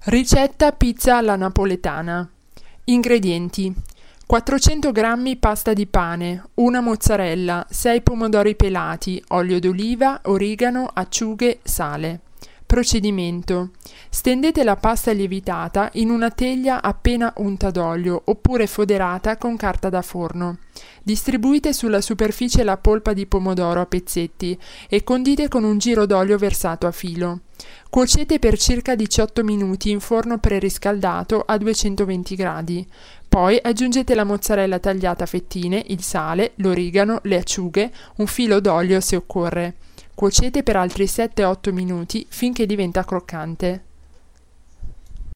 Ricetta pizza alla napoletana. Ingredienti: 400 g pasta di pane, una mozzarella, 6 pomodori pelati, olio d'oliva, origano, acciughe, sale. Procedimento: stendete la pasta lievitata in una teglia appena unta d'olio oppure foderata con carta da forno. Distribuite sulla superficie la polpa di pomodoro a pezzetti e condite con un giro d'olio versato a filo. Cuocete per circa 18 minuti in forno preriscaldato a 220 gradi. Poi aggiungete la mozzarella tagliata a fettine, il sale, l'origano, le acciughe, un filo d'olio se occorre. Cuocete per altri 7-8 minuti finché diventa croccante.